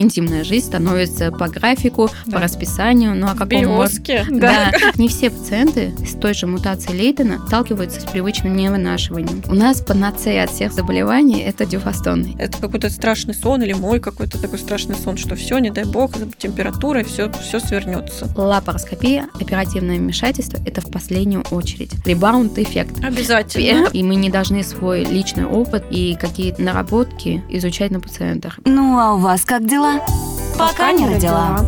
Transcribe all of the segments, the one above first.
интимная жизнь становится по графику, по расписанию. Ну а какому Да. Не все пациенты с той же мутацией Лейтона сталкиваются с привычным невынашиванием. У нас панацея от всех заболеваний – это дюфастон. Это какой-то страшный сон или мой какой-то такой страшный сон, что все, не дай бог, температура, все свернется. Лапароскопия, оперативное вмешательство – это в последнюю очередь. Ребаунд-эффект. Обязательно. И мы не должны свой личный опыт и какие-то наработки изучать на пациентах. Ну а у вас как дела? Пока не родила.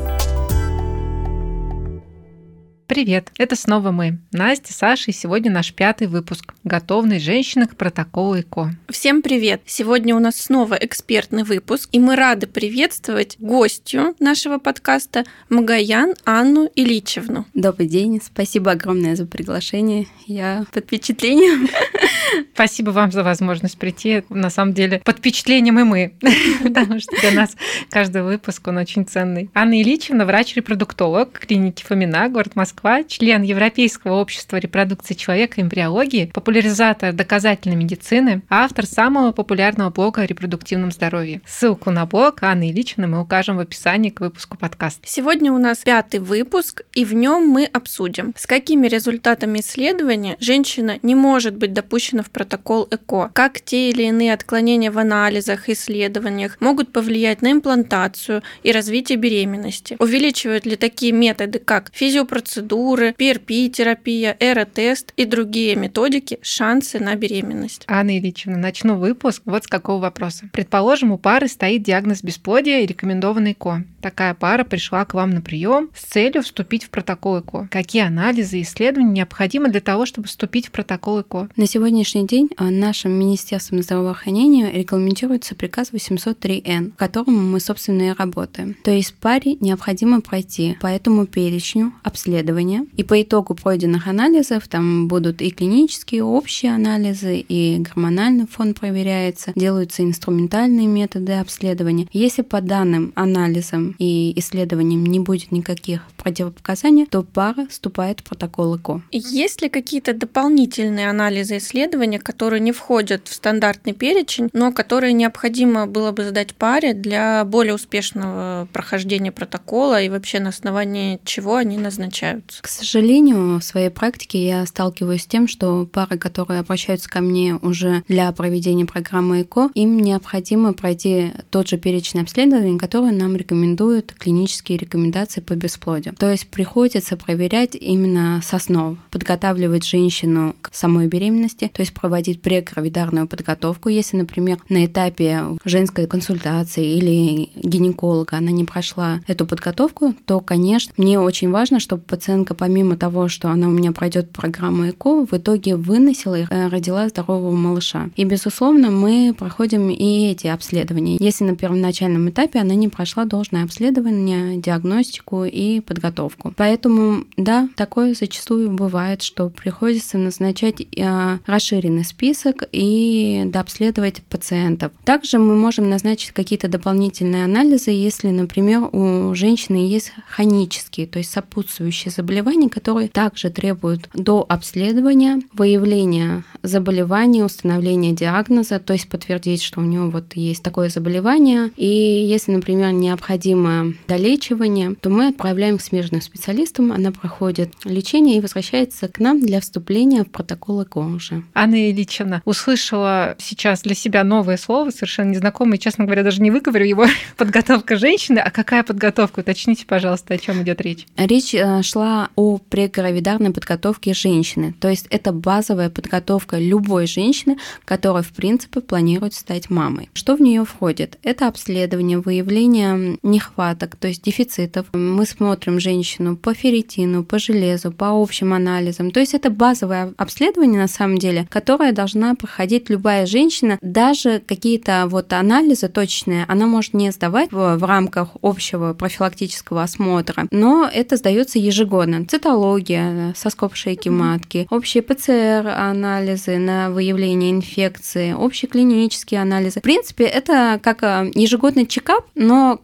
Привет, это снова мы, Настя, Саша, и сегодня наш 5-й выпуск «Готовность женщины к протоколу ЭКО». Всем привет! Сегодня у нас снова экспертный выпуск, и мы рады приветствовать гостью нашего подкаста Магоян Анну Ильичевну. Добрый день, спасибо огромное за приглашение, я под впечатлением. Спасибо вам за возможность прийти. На самом деле, под впечатлением и мы, потому что для нас каждый выпуск, он очень ценный. Анна Ильичевна – врач-репродуктолог клиники Фомина, город Москва, член Европейского общества репродукции человека и эмбриологии, популяризатор доказательной медицины, автор самого популярного блога о репродуктивном здоровье. Ссылку на блог Анны Ильичевны мы укажем в описании к выпуску подкаста. Сегодня у нас 5-й выпуск, и в нем мы обсудим, с какими результатами исследования женщина не может быть допущена в протокол ЭКО, как те или иные отклонения в анализах и исследованиях могут повлиять на имплантацию и развитие беременности, увеличивают ли такие методы, как физиопроцедуры, PRP-терапия, эро-тест и другие методики шансы на беременность. Анна Ильичевна, начну выпуск вот с какого вопроса. Предположим, у пары стоит диагноз бесплодия и рекомендованный ЭКО. Такая пара пришла к вам на прием с целью вступить в протокол ЭКО. Какие анализы и исследования необходимы для того, чтобы вступить в протокол ЭКО? На сегодняшний день нашим Министерством здравоохранения регламентируется приказ 803Н, в котором мы, собственно, и работаем. То есть паре необходимо пройти по этому перечню обследования, и по итогу пройденных анализов там будут и клинические, общие анализы, и гормональный фон проверяется, делаются инструментальные методы обследования. Если по данным анализам и исследованиям не будет никаких противопоказаний, то пара вступает в протокол ЭКО. Есть ли какие-то дополнительные анализы и исследования, которые не входят в стандартный перечень, но которые необходимо было бы сдать паре для более успешного прохождения протокола и вообще на основании чего они назначаются? К сожалению, в своей практике я сталкиваюсь с тем, что пары, которые обращаются ко мне уже для проведения программы ЭКО, им необходимо пройти тот же перечень обследований, который нам рекомендуют клинические рекомендации по бесплодию. То есть приходится проверять именно с основ, подготавливать женщину к самой беременности, то есть проводить прегравидарную подготовку. Если, например, на этапе женской консультации или гинеколога она не прошла эту подготовку, то, конечно, мне очень важно, чтобы пациентка, помимо того, что она у меня пройдет программу ЭКО, в итоге выносила и родила здорового малыша. И, безусловно, мы проходим и эти обследования. Если на первоначальном этапе она не прошла должное обследование, диагностику и подготовку. Поэтому, да, такое зачастую бывает, что приходится назначать расширенный список и дообследовать пациентов. Также мы можем назначить какие-то дополнительные анализы, если, например, у женщины есть хронические, то есть сопутствующие заболевания, которые также требуют дообследования, выявления заболевания, установления диагноза, то есть подтвердить, что у нее вот есть такое заболевание. И если, например, необходимо долечивание, то мы отправляем к смежным специалистам, она проходит лечение и возвращается к нам для вступления в протокол ЭКО уже. Анна Ильичевна, услышала сейчас для себя новое слово, совершенно незнакомое, честно говоря, даже не выговорю его, подготовка женщины. А какая подготовка? Уточните, пожалуйста, о чем идет речь. Речь шла о прегравидарной подготовке женщины, то есть это базовая подготовка любой женщины, которая, в принципе, планирует стать мамой. Что в нее входит? Это обследование, выявление нехваток, то есть дефицитов. Мы смотрим женщину по ферритину, по железу, по общим анализам. То есть это базовое обследование, на самом деле, которое должна проходить любая женщина. Даже какие-то вот анализы точные она может не сдавать в рамках общего профилактического осмотра, но это сдается ежегодно. Цитология, соскоб шейки матки, общие ПЦР-анализы на выявление инфекции, общие клинические анализы. В принципе, это как ежегодный чекап, но когда мы говорим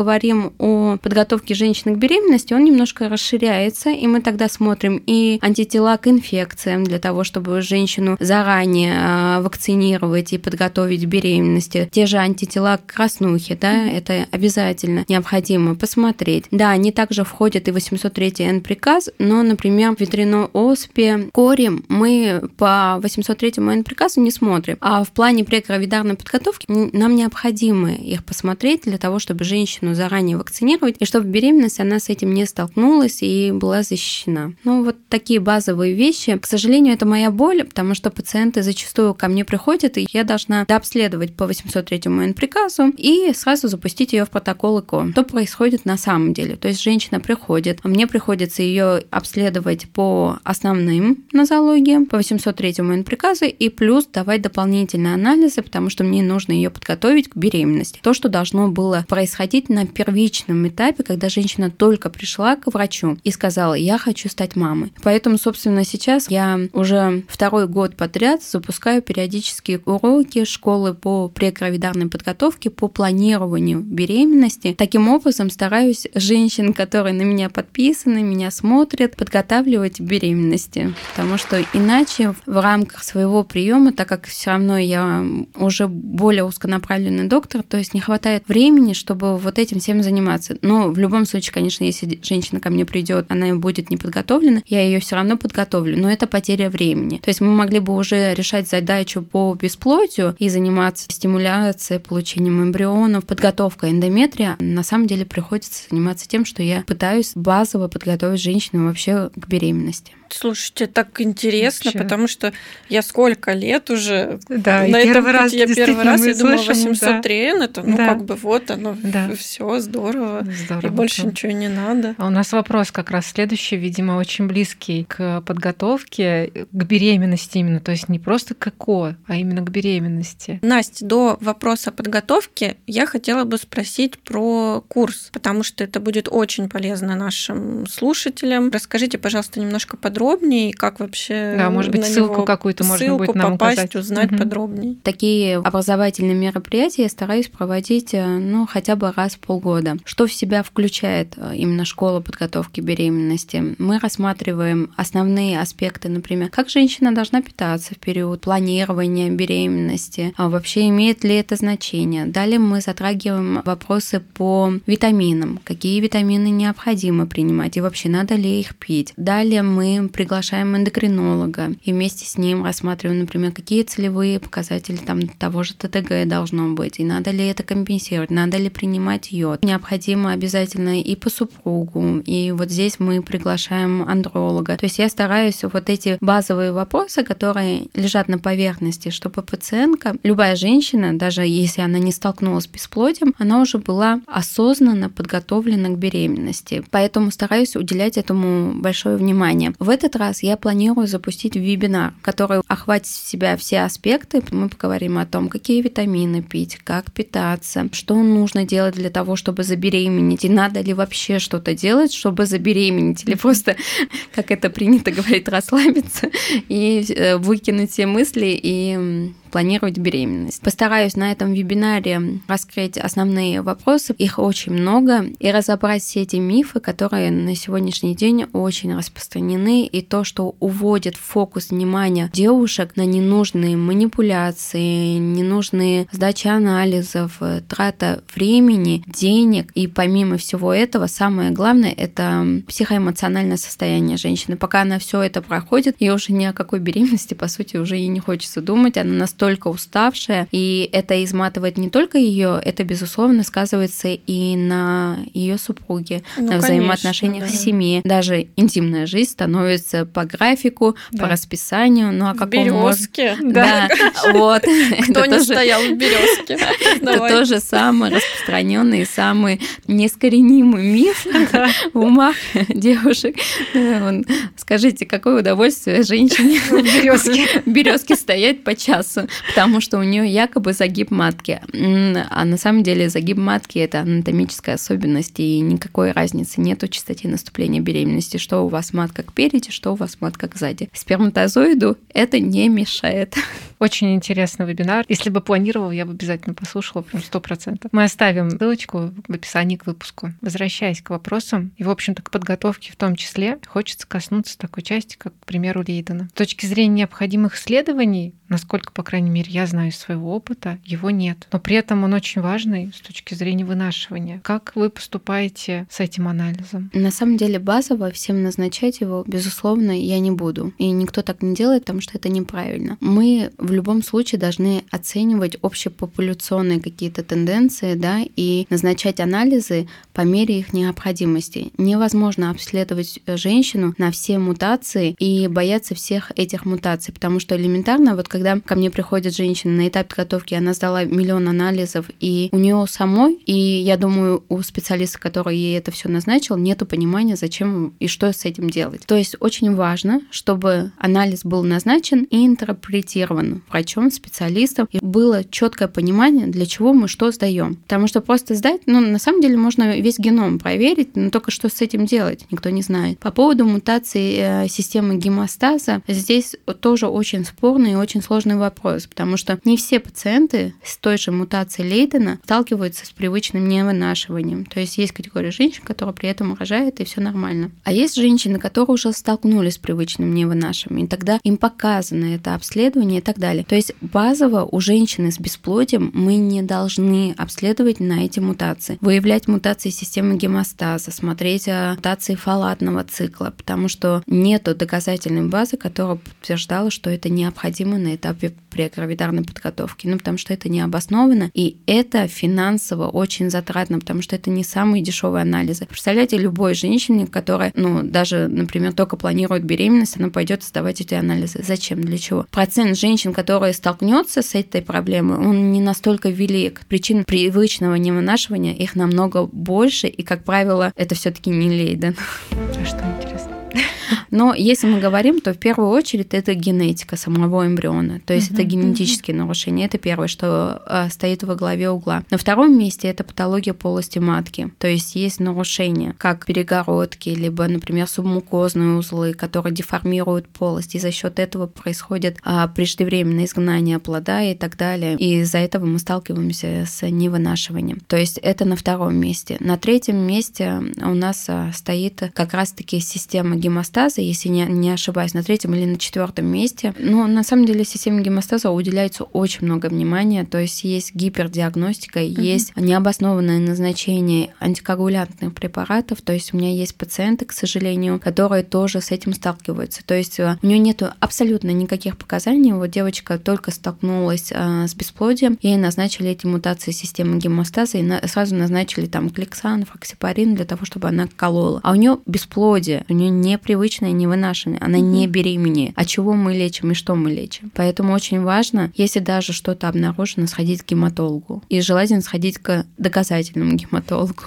говорим о подготовке женщины к беременности, он немножко расширяется, и мы тогда смотрим и антитела к инфекциям для того, чтобы женщину заранее вакцинировать и подготовить к беременности. Те же антитела к краснухе, да, это обязательно необходимо посмотреть. Да, они также входят и в 803 Н-приказ, но, например, в ветряной оспе, кори мы по 803 Н-приказу не смотрим. А в плане прегравидарной подготовки нам необходимо их посмотреть для того, чтобы женщину заранее вакцинировать, и чтобы беременность она с этим не столкнулась и была защищена. Ну, вот такие базовые вещи. К сожалению, это моя боль, потому что пациенты зачастую ко мне приходят, и я должна дообследовать по 803 Н-приказу и сразу запустить ее в протокол ЭКО. Что происходит на самом деле? То есть женщина приходит, а мне приходится ее обследовать по основным нозологиям, по 803 Н-приказу, и плюс давать дополнительные анализы, потому что мне нужно ее подготовить к беременности. То, что должно было происходить на первичном этапе, когда женщина только пришла к врачу и сказала: я хочу стать мамой. Поэтому, собственно, сейчас я уже второй год подряд запускаю периодические уроки школы по прегравидарной подготовке, по планированию беременности. Таким образом, стараюсь женщин, которые на меня подписаны, меня смотрят, подготавливать к беременности. Потому что иначе в рамках своего приема, так как все равно я уже более узконаправленный доктор, то есть не хватает времени, чтобы вот этим всем заниматься. Но в любом случае, конечно, если женщина ко мне придет, она будет не подготовлена, я ее все равно подготовлю, но это потеря времени. То есть мы могли бы уже решать задачу по бесплодию и заниматься стимуляцией, получением эмбрионов, подготовкой эндометрия. На самом деле приходится заниматься тем, что я пытаюсь базово подготовить женщину вообще к беременности. Слушайте, так интересно, вообще. Потому что я сколько лет уже на этом пути, я первый раз я думала, 803Н, это как бы вот оно, да. Все здорово, и больше ничего не надо. А у нас вопрос как раз следующий, видимо, очень близкий к подготовке, к беременности именно, то есть не просто к ЭКО, а именно к беременности. Настя, до вопроса подготовки я хотела бы спросить про курс, потому что это будет очень полезно нашим слушателям. Расскажите, пожалуйста, немножко подробнее, как вообще может быть, ссылку какую-то можно будет нам попасть, указать. Узнать подробнее. Такие образовательные мероприятия я стараюсь проводить хотя бы раз в полгода. Что в себя включает именно школа подготовки беременности? Мы рассматриваем основные аспекты, например, как женщина должна питаться в период планирования беременности, а вообще имеет ли это значение. Далее мы затрагиваем вопросы по витаминам, какие витамины необходимо принимать и вообще надо ли их пить. Далее мы приглашаем эндокринолога и вместе с ним рассматриваем, например, какие целевые показатели того же ТТГ должно быть, и надо ли это компенсировать, надо ли принимать йод. Необходимо обязательно и по супругу, и вот здесь мы приглашаем андролога. То есть я стараюсь вот эти базовые вопросы, которые лежат на поверхности, чтобы пациентка, любая женщина, даже если она не столкнулась с бесплодием, она уже была осознанно подготовлена к беременности. Поэтому стараюсь уделять этому большое внимание. В этот раз я планирую запустить вебинар, который охватит в себя все аспекты. Мы поговорим о том, какие витамины пить, как питаться, что нужно делать для того, чтобы забеременеть, и надо ли вообще что-то делать, чтобы забеременеть, или просто, как это принято говорить, расслабиться и выкинуть все мысли и планировать беременность. Постараюсь на этом вебинаре раскрыть основные вопросы, их очень много, и разобрать все эти мифы, которые на сегодняшний день очень распространены, и то, что уводит фокус внимания девушек на ненужные манипуляции, ненужные сдачи анализов, трата времени, денег, и помимо всего этого, самое главное — это психоэмоциональное состояние женщины. Пока она все это проходит, ей уже ни о какой беременности, по сути, уже ей не хочется думать, она настолько уставшая, и это изматывает не только ее, это, безусловно, сказывается и на ее супруге, на взаимоотношениях в семье. Даже интимная жизнь становится по графику, по расписанию. Ну, а в березке. Да, вот. Кто не стоял в березке? Это тоже самый распространенный и самый неискоренимый миф в умах девушек. Скажите, какое удовольствие женщине в березке стоять по часу, потому что у нее якобы загиб матки. А на самом деле загиб матки — это анатомическая особенность, и никакой разницы нет в частоте наступления беременности, что у вас матка спереди, что у вас матка сзади. Сперматозоиду это не мешает. Очень интересный вебинар. Если бы планировала, я бы обязательно послушала, прям 100%. Мы оставим ссылочку в описании к выпуску. Возвращаясь к вопросам и, в общем-то, к подготовке в том числе, хочется коснуться такой части, как, к примеру, Лейдена. С точки зрения необходимых исследований, насколько, по крайней мере, я знаю из своего опыта, его нет. Но при этом он очень важный с точки зрения вынашивания. Как вы поступаете с этим анализом? На самом деле базово всем назначать его, безусловно, я не буду. И никто так не делает, потому что это неправильно. Мы в любом случае должны оценивать общепопуляционные какие-то тенденции, да, и назначать анализы по мере их необходимости. Невозможно обследовать женщину на все мутации и бояться всех этих мутаций, потому что элементарно, вот когда ко мне приходит женщина на этап подготовки, она сдала миллион анализов, и у нее самой, и я думаю, у специалиста, который ей это все назначил, нету понимания, зачем и что с этим делать. То есть очень важно, чтобы анализ был назначен и интерпретирован врачом, специалистом, и было четкое понимание, для чего мы что сдаем. Потому что просто сдать, на самом деле можно весь геном проверить, но только что с этим делать, никто не знает. По поводу мутации системы гемостаза, здесь тоже очень спорный и очень сложный вопрос, потому что не все пациенты с той же мутацией Лейдена сталкиваются с привычным невынашиванием. То есть есть категория женщин, которые при этом рожают, и все нормально. А есть женщины, которые уже столкнулись с привычным невынашиванием, и тогда им показано это обследование и так далее. То есть базово у женщины с бесплодием мы не должны обследовать на эти мутации. Выявлять мутации системы гемостаза, смотреть мутации фолатного цикла, потому что нету доказательной базы, которая подтверждала, что это необходимо на этапе прегравидарной подготовки. Потому что это не обосновано, и это финансово очень затратно, потому что это не самые дешевые анализы. Представляете, любой женщине, которая, даже, например, только планирует беременность, она пойдет сдавать эти анализы. Зачем? Для чего? Процент женщин, которые столкнется с этой проблемой, он не настолько велик. Причин привычного невынашивания их намного больше, и, как правило, это все-таки не Лейден. А что интересно? Но если мы говорим, то в первую очередь это генетика самого эмбриона, то есть это генетические нарушения. Это первое, что стоит во главе угла. На втором месте это патология полости матки, то есть есть нарушения, как перегородки, либо, например, субмукозные узлы, которые деформируют полость, и за счет этого происходит преждевременное изгнание плода и так далее. И из-за этого мы сталкиваемся с невынашиванием. То есть это на втором месте. На третьем месте у нас стоит как раз-таки система гемостаза, если не ошибаюсь, на третьем или на четвертом месте. Но на самом деле системе гемостаза уделяется очень много внимания, то есть есть гипердиагностика, есть необоснованное назначение антикоагулянтных препаратов, то есть у меня есть пациенты, к сожалению, которые тоже с этим сталкиваются. То есть у нее нету абсолютно никаких показаний. Вот девочка только столкнулась с бесплодием, ей назначили эти мутации системы гемостаза и сразу назначили там кликсан, фоксипарин для того, чтобы она колола. А у нее бесплодие, у нее непривычное невынашивание, она не беременеет. А чего мы лечим и что мы лечим? Поэтому очень важно, если даже что-то обнаружено, сходить к гематологу. И желательно сходить к доказательному гематологу,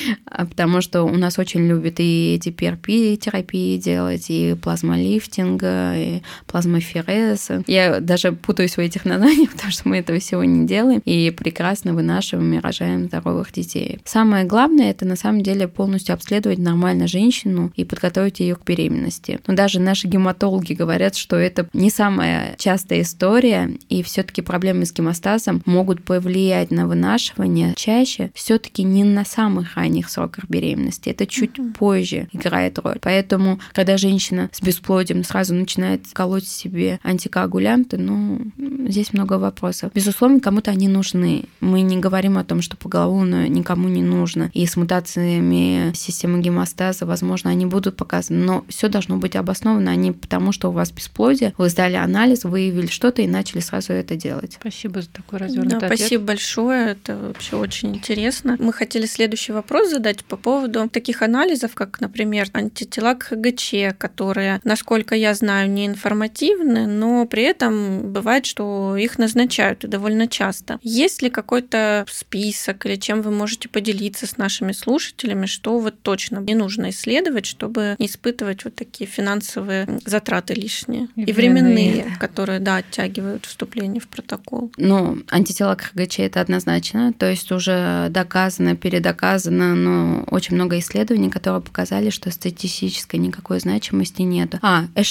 потому что у нас очень любят и эти PRP-терапии делать, и плазмолифтинг, и плазмоферез. Я даже путаюсь в этих названиях, потому что мы этого всего не делаем, и прекрасно вынашиваем и рожаем здоровых детей. Самое главное — это на самом деле полностью обследовать нормально женщину и подготовить ее к беременности. Но даже наши гематологи говорят, что это не самая частая история, и все-таки проблемы с гемостазом могут повлиять на вынашивание чаще, все-таки не на самых ранних сроках беременности. Это чуть позже играет роль. Поэтому, когда женщина с бесплодием сразу начинает колоть себе антикоагулянты, здесь много вопросов. Безусловно, кому-то они нужны. Мы не говорим о том, что поголовно никому не нужно. И с мутациями системы гемостаза, возможно, они будут показаны, но все должно быть обосновано, а не потому, что у вас бесплодие, вы сдали анализ, выявили что-то и начали сразу это делать. Спасибо за такой развернутый ответ. Спасибо большое, это вообще очень интересно. Мы хотели следующий вопрос задать по поводу таких анализов, как, например, антитела к ХГЧ, которые, насколько я знаю, не информативны, но при этом бывает, что их назначают и довольно часто. Есть ли какой-то список или чем вы можете поделиться с нашими слушателями, что вот точно не нужно исследовать, чтобы не испытывать вот такие финансовые затраты лишние. И временные, которые, оттягивают вступление в протокол. Антитела к ХГЧ это однозначно. То есть уже доказано, передоказано, но очень много исследований, которые показали, что статистической никакой значимости нету.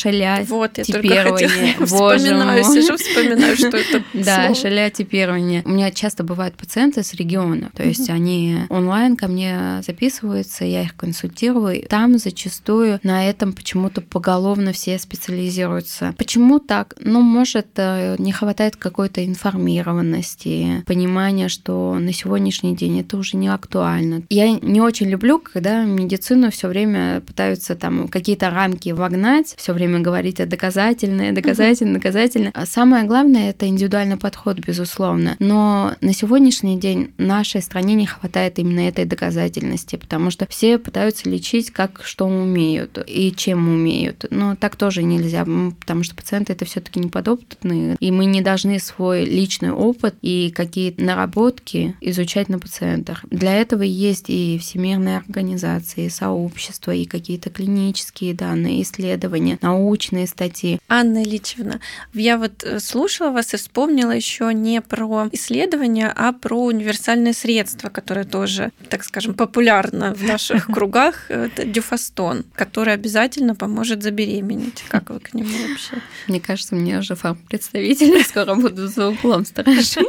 Эшелиотипирование. Вспоминаю, что это Да, эшелиотипирование. У меня часто бывают пациенты с региона, то есть они онлайн ко мне записываются, я их консультирую. Там зачастую на этом почему-то поголовно все специализируются. Почему так? Может, не хватает какой-то информированности, понимания, что на сегодняшний день это уже не актуально. Я не очень люблю, когда медицину все время пытаются там какие-то рамки вогнать, все время говорить о доказательное. А самое главное — это индивидуальный подход, безусловно. Но на сегодняшний день нашей стране не хватает именно этой доказательности, потому что все пытаются лечить как что умеют и чем умеют. Но так тоже нельзя, потому что пациенты это все-таки не подопытные, и мы не должны свой личный опыт и какие-то наработки изучать на пациентах. Для этого есть и всемирные организации, и сообщества, и какие-то клинические данные, исследования, научные статьи. Анна Ильичевна, я слушала вас и вспомнила еще не про исследования, а про универсальные средства, которые тоже, так скажем, популярны в наших кругах. Это дюфастон, который обязательно поможет забеременеть. Как вы к нему вообще? Мне кажется, мне уже фарм-представители скоро будут за углом сторожить.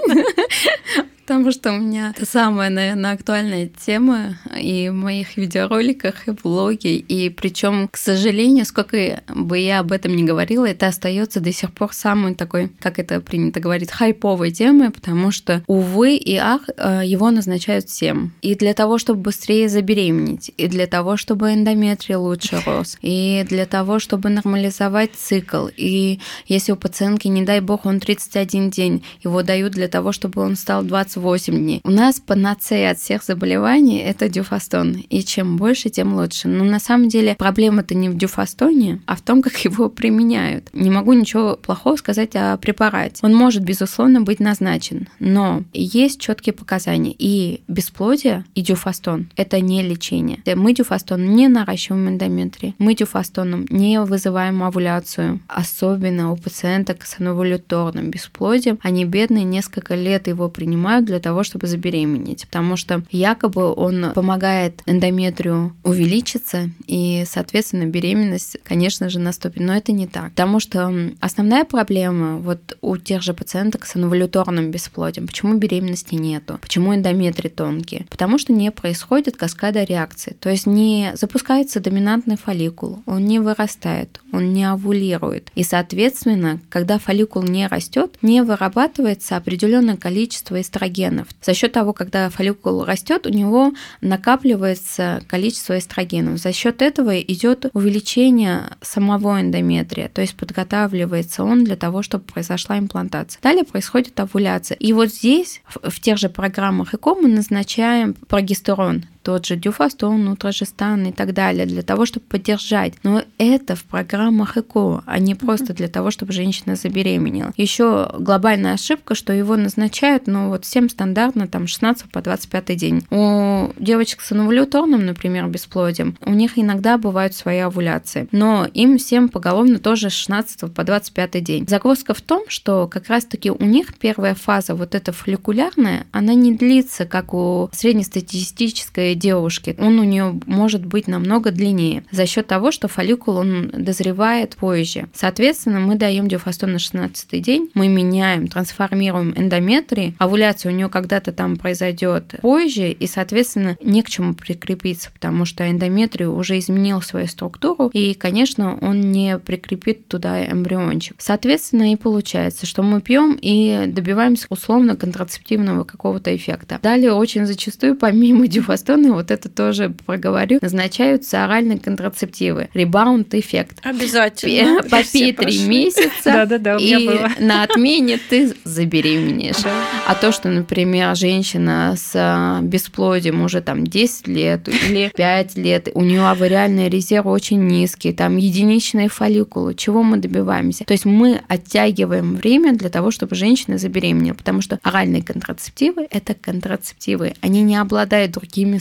Потому что у меня это самая, наверное, актуальная тема и в моих видеороликах, и в блоге. И причем, к сожалению, сколько бы я об этом ни говорила, это остается до сих пор самой такой, как это принято говорить, хайповой темой, потому что, увы и ах, его назначают всем. И для того, чтобы быстрее забеременеть, и для того, чтобы эндометрий лучше рос, и для того, чтобы нормализовать цикл. И если у пациентки, не дай бог, он 31 день, его дают для того, чтобы он стал 28 дней. У нас панацея от всех заболеваний — это дюфастон. И чем больше, тем лучше. Но на самом деле проблема-то не в дюфастоне, а в том, как его применяют. Не могу ничего плохого сказать о препарате. Он может, безусловно, быть назначен, но есть четкие показания. И бесплодие, и дюфастон — это не лечение. Мы дюфастоном не наращиваем эндометрий. Мы дюфастоном не вызываем овуляцию. Особенно у пациенток с анувуляторным бесплодием. Они, бедные, несколько лет его принимают для того, чтобы забеременеть, потому что якобы он помогает эндометрию увеличиться, и, соответственно, беременность, конечно же, наступит. Но это не так, потому что основная проблема у тех же пациенток с анувуляторным бесплодием, почему беременности нету, почему эндометрий тонкий, потому что не происходит каскада реакций, то есть не запускается доминантный фолликул, он не вырастает, он не овулирует, и, соответственно, когда фолликул не растет, не вырабатывается определенное количество эстрогенов. За счет того, когда фолликул растет, у него накапливается количество эстрогенов. За счет этого идет увеличение самого эндометрия, то есть подготавливается он для того, чтобы произошла имплантация. Далее происходит овуляция. И здесь, в тех же программах ЭКО, мы назначаем прогестерон, тот же дюфастон, нутрожестан и так далее, для того, чтобы поддержать. Но это в программах ЭКО, а не просто для того, чтобы женщина забеременела. Еще глобальная ошибка, что его назначают, всем стандартно, 16 по 25 день. У девочек с анувуляторным, например, бесплодием, у них иногда бывают свои овуляции, но им всем поголовно тоже с 16 по 25 день. Загвоздка в том, что как раз-таки у них первая фаза, эта фолликулярная, она не длится, как у среднестатистической девушки. Он у нее может быть намного длиннее за счет того, что фолликул он дозревает позже. Соответственно, мы даем дюфастон на 16 день, мы меняем, трансформируем эндометрий, овуляция у нее когда-то там произойдет позже, и, соответственно, не к чему прикрепиться, потому что эндометрий уже изменил свою структуру, и, конечно, он не прикрепит туда эмбриончик. Соответственно, и получается, что мы пьем и добиваемся условно контрацептивного какого-то эффекта. Далее очень зачастую, помимо дюфастона, это тоже проговорю, назначаются оральные контрацептивы. Ребаунд-эффект. Обязательно. Попей 3 месяца, и на отмене ты забеременеешь. А то, что, например, женщина с бесплодием уже 10 лет или 5 лет, у нее авариальный резерв очень низкий, единичные фолликулы, чего мы добиваемся? То есть мы оттягиваем время для того, чтобы женщина забеременела, потому что оральные контрацептивы – это контрацептивы, они не обладают другими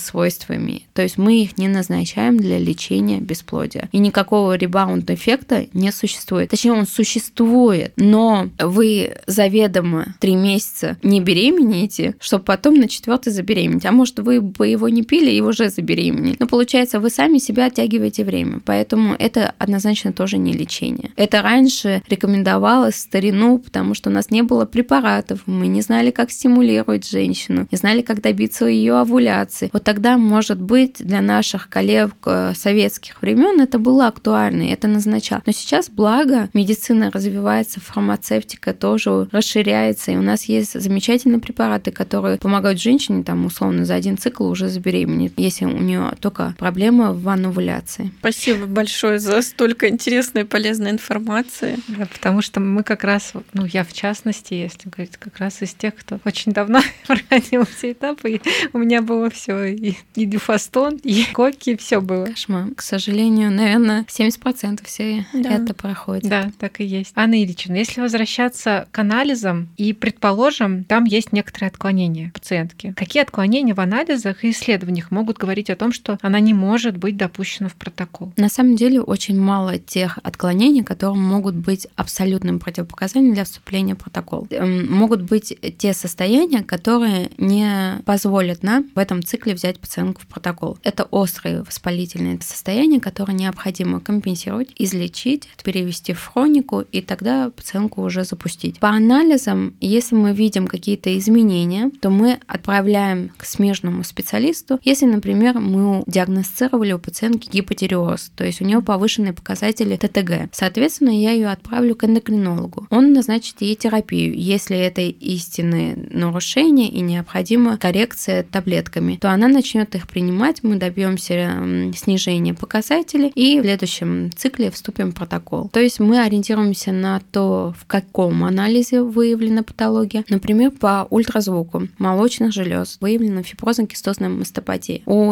свойствами. То есть мы их не назначаем для лечения бесплодия. И никакого ребаунд-эффекта не существует. Точнее, он существует, но вы заведомо 3 месяца не беременеете, чтобы потом на 4-й забеременеть. А может, вы бы его не пили и уже забеременели. Но получается, вы сами себя оттягиваете время. Поэтому это однозначно тоже не лечение. Это раньше рекомендовалось в старину, потому что у нас не было препаратов, мы не знали, как стимулировать женщину, не знали, как добиться ее овуляции. Вот тогда, может быть, для наших коллег советских времен это было актуально, и это назначало. Но сейчас, благо, медицина развивается, фармацевтика тоже расширяется, и у нас есть замечательные препараты, которые помогают женщине, там, условно, за 1 цикл уже забеременеть, если у нее только проблема в овуляции. Спасибо большое за столько интересной и полезной информации. Да, потому что мы как раз, я в частности, если говорить, как раз из тех, кто очень давно проходил все этапы, и у меня было все и дюфастон, и коки, все было. Кошмар. К сожалению, наверное, 70% все это проходит. Да, так и есть. Анна Ильичевна, если возвращаться к анализам, и, предположим, там есть некоторые отклонения пациентки. Какие отклонения в анализах и исследованиях могут говорить о том, что она не может быть допущена в протокол? На самом деле очень мало тех отклонений, которые могут быть абсолютным противопоказанием для вступления в протокол. Могут быть те состояния, которые не позволят нам в этом цикле взять пациентку в протокол. Это острые воспалительные состояния, которые необходимо компенсировать, излечить, перевести в хронику, и тогда пациентку уже запустить. По анализам, если мы видим какие-то изменения, то мы отправляем к смежному специалисту. Если, например, мы диагностировали у пациентки гипотиреоз, то есть у нее повышенные показатели ТТГ. Соответственно, я ее отправлю к эндокринологу. Он назначит ей терапию. Если это истинные нарушения и необходима коррекция таблетками, то она начнет их принимать, мы добьемся снижения показателей и в следующем цикле вступим в протокол. То есть мы ориентируемся на то, в каком анализе выявлена патология. Например, по ультразвуку молочных желез выявлена фиброзно-кистозная мастопатия. У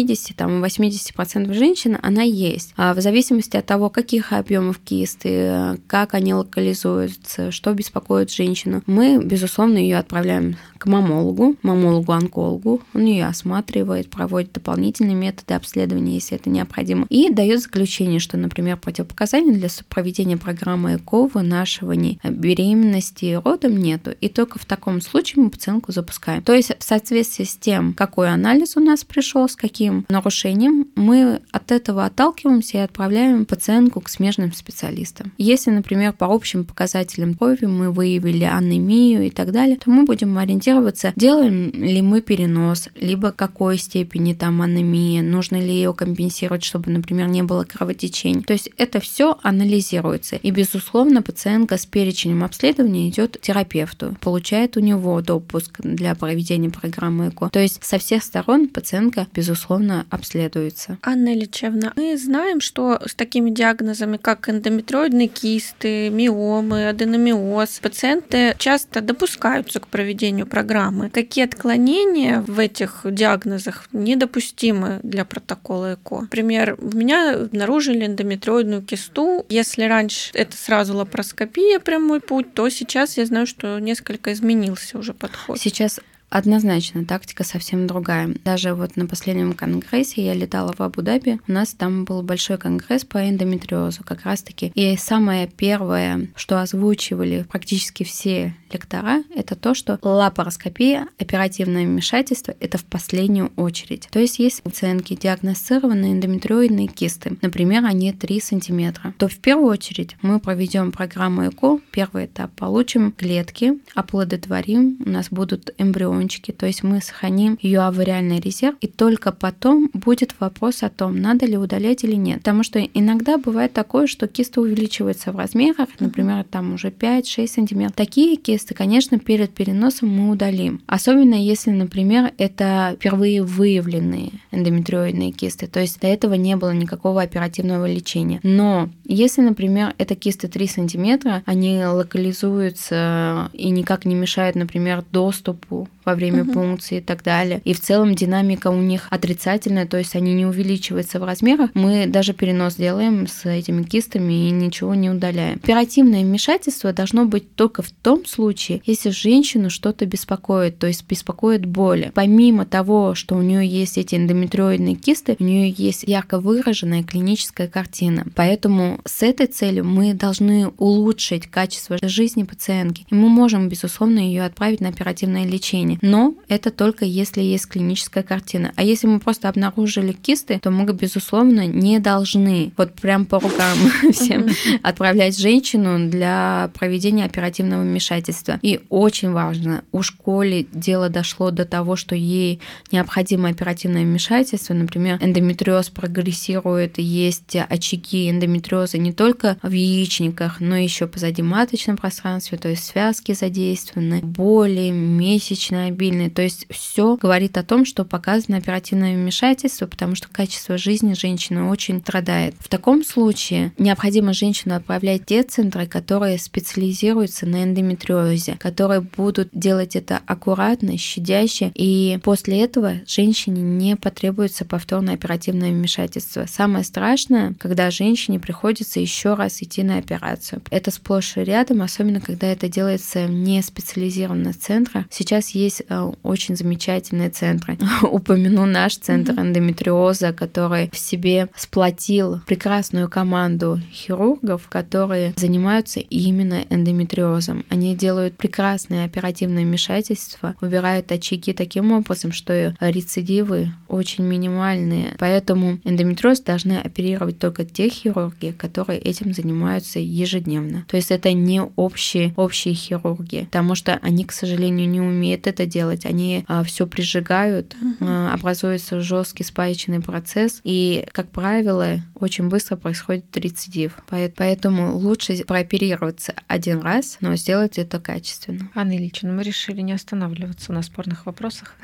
70-80% женщин она есть. А в зависимости от того, каких объемов кисты, как они локализуются, что беспокоит женщину, мы, безусловно, ее отправляем к мамологу-онкологу. Он ее осматривает, проводит дополнительные методы обследования, если это необходимо, и дает заключение, что, например, противопоказаний для проведения программы ЭКО, вынашиваний, беременности и родом нету. И только в таком случае мы пациентку запускаем. То есть в соответствии с тем, какой анализ у нас пришел, с каким нарушением, мы от этого отталкиваемся и отправляем пациентку к смежным специалистам. Если, например, по общим показателям крови мы выявили анемию и так далее, то мы будем ориентироваться, делаем ли мы перенос, либо какой степени там анемия, нужно ли ее компенсировать, чтобы, например, не было кровотечений. То есть это все анализируется. И, безусловно, пациентка с перечнем обследования идет к терапевту, получает у него допуск для проведения программы ЭКО. То есть со всех сторон пациентка, безусловно, обследуется. Анна Ильичевна, мы знаем, что с такими диагнозами, как эндометриоидные кисты, миомы, аденомиоз, пациенты часто допускаются к проведению программы. Какие отклонения в этих диагнозах недопустимы для протокола ЭКО? Например, у меня обнаружили эндометриоидную кисту. Если раньше это сразу лапароскопия, прямой путь, то сейчас я знаю, что несколько изменился уже подход. Сейчас однозначно тактика совсем другая. Даже вот на последнем конгрессе я летала в Абу-Даби, у нас там был большой конгресс по эндометриозу как раз-таки. И самое первое, что озвучивали практически все лектора, это то, что лапароскопия, оперативное вмешательство – это в последнюю очередь. То есть если у пациентки диагностированы эндометриоидные кисты, например, они 3 сантиметра, то в первую очередь мы проведем программу ЭКО, первый этап, получим клетки, оплодотворим, у нас будут эмбриончики, то есть мы сохраним ее овариальный резерв, и только потом будет вопрос о том, надо ли удалять или нет. Потому что иногда бывает такое, что киста увеличивается в размерах, например, там уже 5-6 сантиметров. Такие кисты, конечно, перед переносом мы удалим. Особенно если, например, это впервые выявленные эндометриоидные кисты, то есть до этого не было никакого оперативного лечения. Но если, например, это кисты 3 сантиметра, они локализуются и никак не мешают, например, доступу во время пункции и так далее, и в целом динамика у них отрицательная, то есть они не увеличиваются в размерах, мы даже перенос делаем с этими кистами и ничего не удаляем. Оперативное вмешательство должно быть только в том случае, случае, если женщину что-то беспокоит, то есть беспокоит боли, помимо того, что у нее есть эти эндометриоидные кисты, у нее есть ярко выраженная клиническая картина. Поэтому с этой целью мы должны улучшить качество жизни пациентки. И мы можем, безусловно, ее отправить на оперативное лечение. Но это только если есть клиническая картина. А если мы просто обнаружили кисты, то мы, безусловно, не должны вот прям по рукам всем отправлять женщину для проведения оперативного вмешательства. И очень важно, у школы дело дошло до того, что ей необходимо оперативное вмешательство. Например, эндометриоз прогрессирует, есть очаги эндометриоза не только в яичниках, но еще позади маточном пространстве, то есть связки задействованы, боли, месячные обильные. То есть все говорит о том, что показано оперативное вмешательство, потому что качество жизни женщины очень страдает. В таком случае необходимо женщину отправлять в те центры, которые специализируются на эндометриозе, которые будут делать это аккуратно, щадяще, и после этого женщине не потребуется повторное оперативное вмешательство. Самое страшное, когда женщине приходится еще раз идти на операцию. Это сплошь и рядом, особенно когда это делается в неспециализированных центрах. Сейчас есть очень замечательные центры. Упомяну наш центр эндометриоза, который в себе сплотил прекрасную команду хирургов, которые занимаются именно эндометриозом. Они делают прекрасные оперативные вмешательства, убирают очаги таким образом, что рецидивы очень минимальные. Поэтому эндометриоз должны оперировать только те хирурги, которые этим занимаются ежедневно. То есть это не общие хирурги, потому что они, к сожалению, не умеют это делать. Они все прижигают, образуется жесткий спаечный процесс, и, как правило, очень быстро происходит рецидив. Поэтому лучше прооперироваться один раз, но сделать это качественно. Анна Ильичевна, мы решили не останавливаться на спорных вопросах.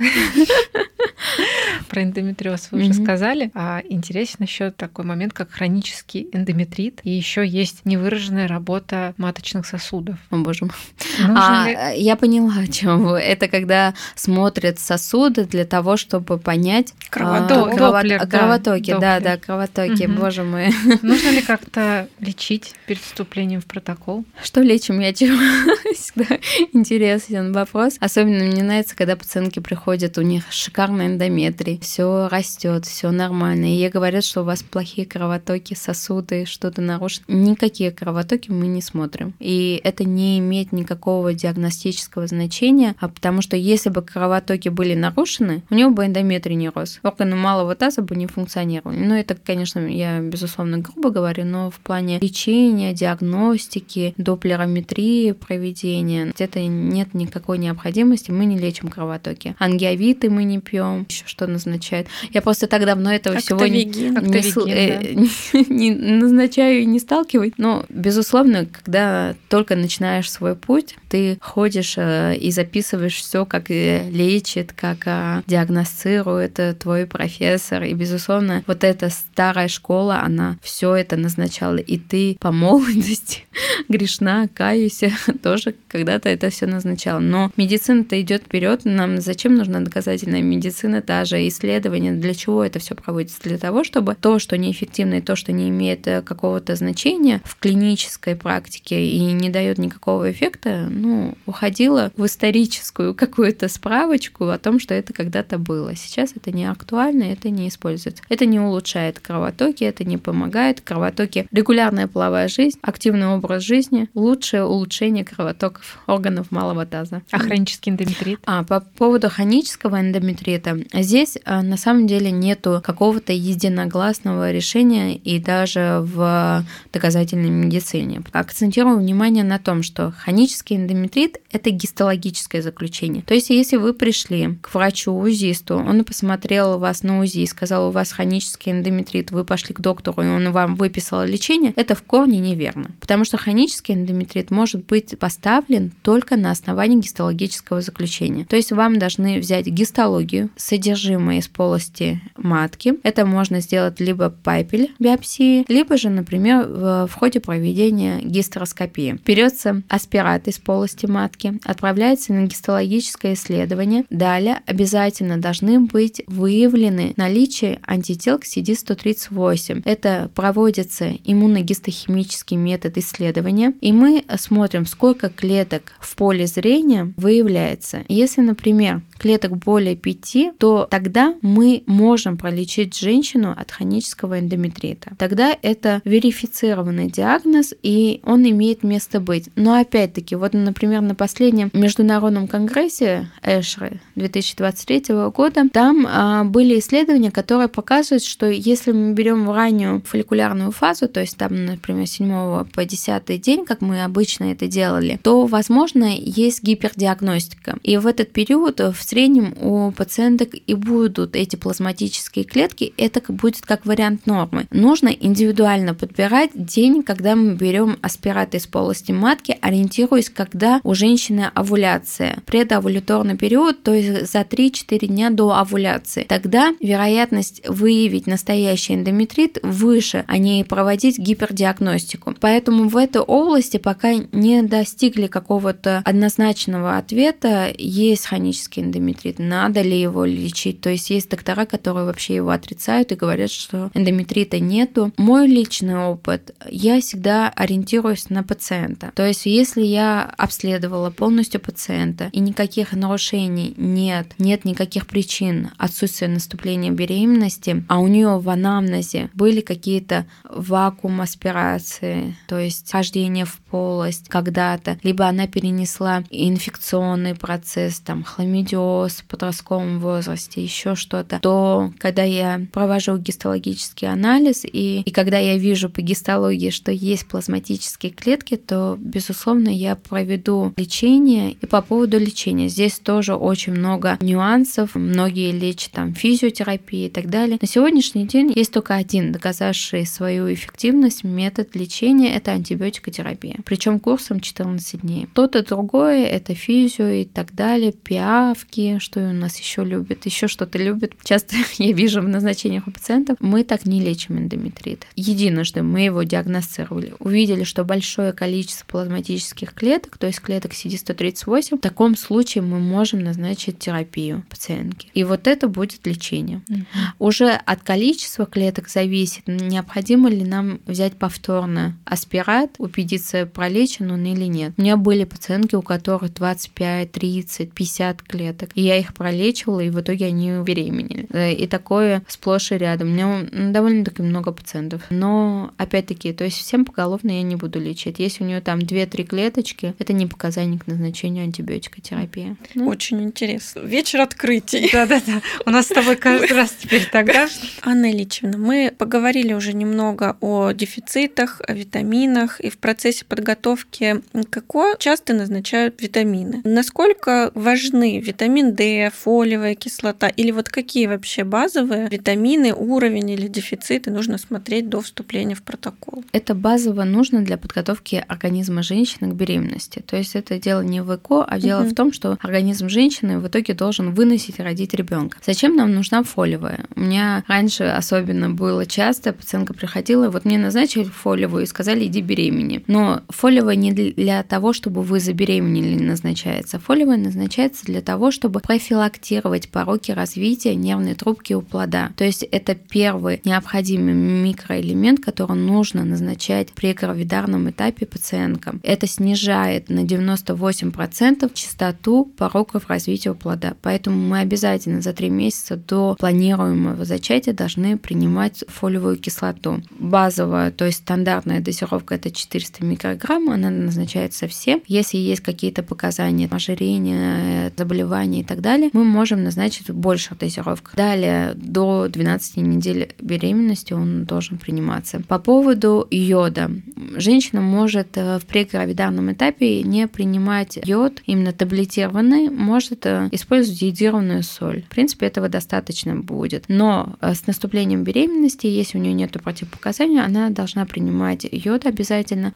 Про эндометриоз вы уже сказали. А интересен еще такой момент, как хронический эндометрит. И еще есть невыраженная работа маточных сосудов. О, боже мой. Я поняла, о чем вы. Это когда смотрят сосуды для того, чтобы понять кровотоки. Да, кровотоки. Боже мой. Нужно ли как-то лечить перед вступлением в протокол? Что лечим? Я всегда интересен вопрос. Особенно мне нравится, когда пациентки приходят, у них шикарный эндометрий, все растет, все нормально. И ей говорят, что у вас плохие кровотоки, сосуды, что-то нарушено. Никакие кровотоки мы не смотрим. И это не имеет никакого диагностического значения, потому что если бы кровотоки были нарушены, у него бы эндометрий не рос. Органы малого таза бы не функционировали. Ну, это, конечно, я, безусловно, грубо говорю, но в плане лечения, диагностики, доплерометрии проведения, это нет никакой необходимости. Мы не лечим кровотоки. Ангиовиты мы не пьем, еще что назначают. Я просто так давно этого всего не назначаю и не сталкиваюсь. Но, безусловно, когда только начинаешь свой путь, ты ходишь и записываешь все, как лечит, как диагностирует твой профессор. И, безусловно, вот эта старая школа, она все это назначала. И ты по молодости грешна, каюсь, тоже когда-то это все назначала. Но медицина-то идет вперед. Нам зачем нужна доказательная медицина, та же исследование? Для чего это все проводится? Для того, чтобы то, что неэффективно, и то, что не имеет какого-то значения в клинической практике и не дает никакого эффекта, уходило в историческую какую-то справочку о том, что это когда-то было. Сейчас это не актуально, это не используется. Это не улучшает кровотоки, это не помогает. Кровотоки, регулярная половая жизнь, активный образ жизни, лучшее улучшение кровотоков органов малого таза. А хронический эндометрит? По поводу хронического эндометрита, здесь на самом деле нету какого-то единогласного решения и даже в доказательной медицине. Акцентирую внимание на том, что хронический эндометрит – это гистологическое заключение. То есть, если вы пришли к врачу-узисту, он посмотрел вас на УЗИ и сказал, у вас хронический эндометрит, вы пошли к доктору, и он вам выписал лечение, это в корне неверно. Потому что хронический эндометрит может быть поставлен только на основании гистологического заключения. То есть, вам должны взять гистологию с содержимое из полости матки. Это можно сделать либо папиль биопсии, либо же, например, в ходе проведения гистероскопии. Берется аспират из полости матки, отправляется на гистологическое исследование. Далее обязательно должны быть выявлены наличие антител к CD138. Это проводится иммуногистохимический метод исследования, и мы смотрим, сколько клеток в поле зрения выявляется. Если, например, клеток более 5, то тогда мы можем пролечить женщину от хронического эндометрита. Тогда это верифицированный диагноз, и он имеет место быть. Но опять-таки, вот, например, на последнем международном конгрессе ESHRE 2023 года, там были исследования, которые показывают, что если мы берем раннюю фолликулярную фазу, то есть там, например, с 7 по 10 день, как мы обычно это делали, то, возможно, есть гипердиагностика. И в этот период в среднем у пациенток и будут эти плазматические клетки, это будет как вариант нормы. Нужно индивидуально подбирать день, когда мы берем аспират из полости матки, ориентируясь, когда у женщины овуляция. Предовуляторный период, то есть за 3-4 дня до овуляции. Тогда вероятность выявить настоящий эндометрит выше, а не проводить гипердиагностику. Поэтому в этой области пока не достигли какого-то однозначного ответа, есть хронический эндометрит, надо ли его лечить. То есть есть доктора, которые вообще его отрицают и говорят, что эндометрита нету. Мой личный опыт, я всегда ориентируюсь на пациента. То есть если я обследовала полностью пациента и никаких нарушений нет никаких причин отсутствия наступления беременности, а у нее в анамнезе были какие-то вакуум аспирации, то есть хождение в полость когда-то, либо она перенесла инфекционный процесс, там, хламидиоз в подростковом возрасте, еще что-то, то когда я провожу гистологический анализ и когда я вижу по гистологии, что есть плазматические клетки, то, безусловно, я проведу лечение. И по поводу лечения, здесь тоже очень много нюансов, многие лечат там физиотерапией и так далее. На сегодняшний день есть только один доказавший свою эффективность метод лечения — это антибиотикотерапия. Причем курсом 14 дней. Что-то другое — это физио и так далее, пиавки, что у нас еще любят, еще что-то любят. Часто я вижу в назначениях у пациентов, мы так не лечим эндометрит. Единожды мы его диагностировали, увидели, что большое количество плазматических клеток, то есть клеток CD138, в таком случае мы можем назначить терапию пациентке. И вот это будет лечение. Уже от количества клеток зависит, необходимо ли нам взять повторно аспират, убедиться, пролечен он или нет. У меня были пациентки, у которых 25, 30, 50 клеток, и я их пролечивала, и в итоге они беременели. И такое сплошь и рядом. У меня довольно-таки много пациентов. Но, опять-таки, то есть всем поголовно я не буду лечить. Если у нее там 2-3 клеточки, это не показание к назначению антибиотикотерапии. Очень интересно. Вечер открытий. Да-да-да. У нас с тобой каждый раз теперь тогда. Анна Ильичевна, мы поговорили уже немного о дефицитах, о витаминах, и в процессе подготовки ККО часто назначают витамины. Насколько важны витамин D, фолиевая кислота, или вот какие вообще базовые витамины, уровень или дефициты нужно смотреть до вступления в протокол? Это базово нужно для подготовки организма женщины к беременности. То есть это дело не в ЭКО, а дело в том, что организм женщины в итоге должен выносить и родить ребенка. Зачем нам нужна фолиевая? У меня раньше особенно было часто, пациентка приходила, вот мне назначили фолиевую и сказали, иди беременни. Но фолиевая не для того, чтобы вы забеременели, назначается. Фолиевая назначается для того, чтобы профилактировать пороки развития нервной трубки у плода. То есть это первый необходимый микроэлемент, который нужно назначать при гравидарном этапе пациенткам. Это снижает на 98% частоту пороков развития у плода. Поэтому мы обязательно за 3 месяца до планируемого зачатия должны принимать фолиевую кислоту. Базовая, то есть стандартная дозировка — это 400 микрограмм, она назначается всем. Если есть какие-то показания ожирения, заболевания и так далее, мы можем назначить большую дозировку. Далее, до 12 недель беременности он должен приниматься. По поводу йода. Женщина может в прегравидарном этапе не принимать йод, именно таблетированный, может использовать йодированную соль. В принципе, этого достаточно будет. Но с наступлением беременности, если у нее нет противопоказаний, она должна принимать йод обязательно. Почему?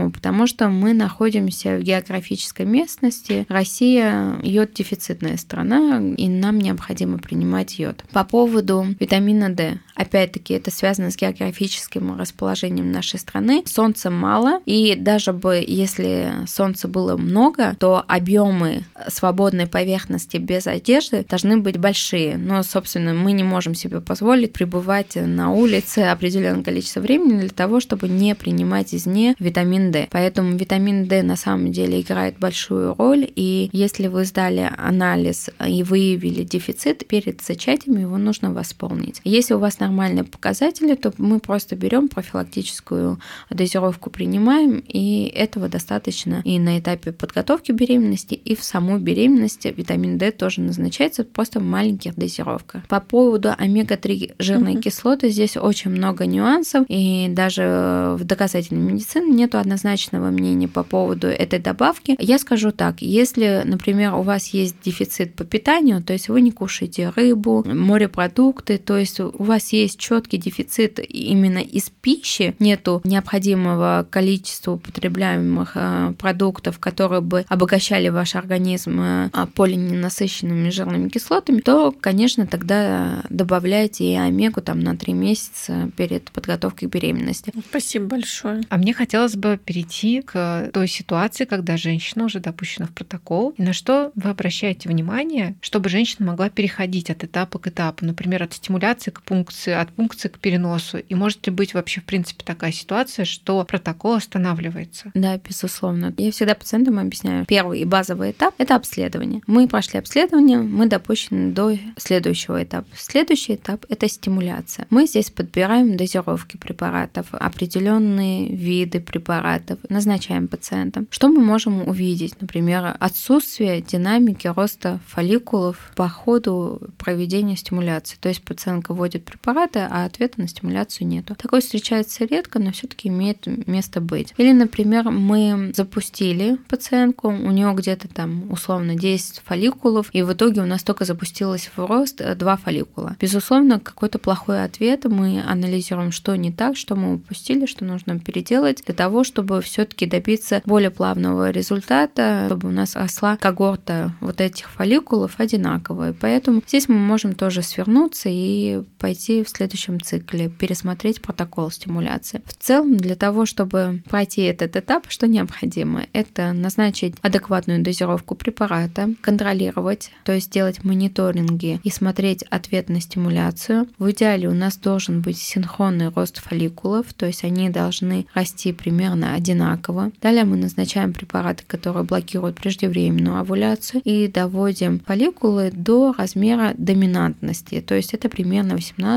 Почему? Потому что мы находимся в географической местности. Россия йод-дефицитная страна, и нам необходимо принимать йод. По поводу витамина D. Опять-таки, это связано с географическим расположением нашей страны. Солнца мало, и даже бы если солнца было много, то объемы свободной поверхности без одежды должны быть большие. Но, собственно, мы не можем себе позволить пребывать на улице определенное количество времени для того, чтобы не принимать извне витамин D. Поэтому витамин D на самом деле играет большую роль, и если вы сдали анализ и выявили дефицит, перед зачатием его нужно восполнить. Если у вас нормальные показатели, то мы просто берем профилактическую дозировку, принимаем, и этого достаточно и на этапе подготовки беременности, и в саму беременность витамин D тоже назначается просто в маленьких дозировках. По поводу омега-3 жирной кислоты здесь очень много нюансов, и даже в доказательной медицине нет однозначного мнения по поводу этой добавки. Я скажу так, если, например, у вас есть дефицит по питанию, то есть вы не кушаете рыбу, морепродукты, то есть у вас есть четкий дефицит именно из пищи, нету необходимого количества употребляемых продуктов, которые бы обогащали ваш организм полиненасыщенными жирными кислотами, то, конечно, тогда добавляйте и омегу там на 3 месяца перед подготовкой к беременности. Спасибо большое. А мне хотелось бы перейти к той ситуации, когда женщина уже допущена в протокол. И на что вы обращаете внимание, чтобы женщина могла переходить от этапа к этапу, например, от стимуляции к пункции, от пункции к переносу? И может ли быть вообще, в принципе, такая ситуация, что протокол останавливается? Да, безусловно. Я всегда пациентам объясняю. Первый и базовый этап – это обследование. Мы прошли обследование, мы допущены до следующего этапа. Следующий этап – это стимуляция. Мы здесь подбираем дозировки препаратов, определенные виды препаратов, назначаем пациентам. Что мы можем увидеть? Например, отсутствие динамики роста фолликулов по ходу проведения стимуляции. То есть пациентка вводит препараты, а ответа на стимуляцию нету. Такое встречается редко, но все-таки имеет место быть. Или, например, мы запустили пациентку, у нее где-то там условно 10 фолликулов, и в итоге у нас только запустилось в рост 2 фолликула. Безусловно, какой-то плохой ответ, мы анализируем, что не так, что мы упустили, что нужно переделать для того, чтобы все-таки добиться более плавного результата, чтобы у нас росла когорта вот этих фолликулов одинаковая. Поэтому здесь мы можем тоже свернуться и пойти в следующем цикле, пересмотреть протокол стимуляции. В целом, для того, чтобы пройти этот этап, что необходимо? Это назначить адекватную дозировку препарата, контролировать, то есть делать мониторинги и смотреть ответ на стимуляцию. В идеале у нас должен быть синхронный рост фолликулов, то есть они должны расти примерно одинаково. Далее мы назначаем препараты, которые блокируют преждевременную овуляцию, и доводим фолликулы до размера доминантности, то есть это примерно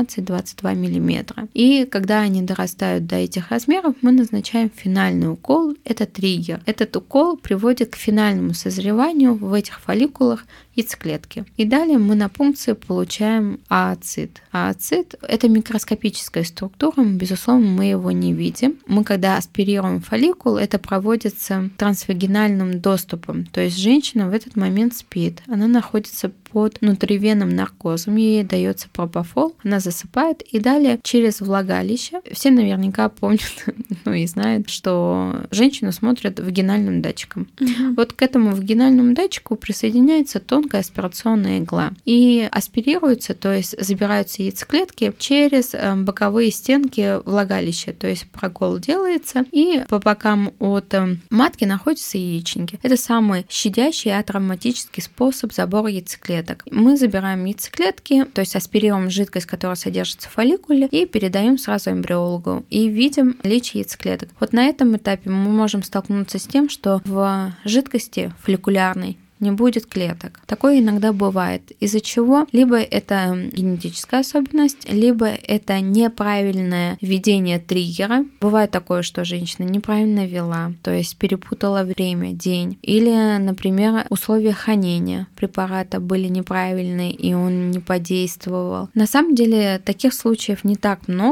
18-22 мм. И когда они дорастают до этих размеров, мы назначаем финальный укол, это триггер. Этот укол приводит к финальному созреванию в этих фолликулах яйцеклетки. И далее мы на пункции получаем ооцит. Ооцит – это микроскопическая структура, безусловно, мы его не видим. Мы, когда аспирируем фолликул, это проводится трансвагинальным доступом, то есть женщина в этот момент спит, она находится под внутривенным наркозом, ей дается пропофол, она засыпает, и далее через влагалище, все наверняка помнят, и знают, что женщину смотрят вагинальным датчиком. Вот к этому вагинальному датчику присоединяется тонкая аспирационная игла и аспирируется, то есть забираются яйцеклетки через боковые стенки влагалища, то есть прокол делается, и по бокам от матки находятся яичники. Это самый щадящий и атравматический способ забора яйцеклеток. Мы забираем яйцеклетки, то есть аспирируем жидкость, которая содержится в фолликуле, и передаем сразу эмбриологу, и видим личие яйцеклеток. Вот на этом этапе мы можем столкнуться с тем, что в жидкости фолликулярной не будет клеток. Такое иногда бывает. Из-за чего? Либо это генетическая особенность, либо это неправильное введение триггера. Бывает такое, что женщина неправильно ввела, то есть перепутала время, день. Или, например, условия хранения препарата были неправильные, и он не подействовал. На самом деле таких случаев не так много,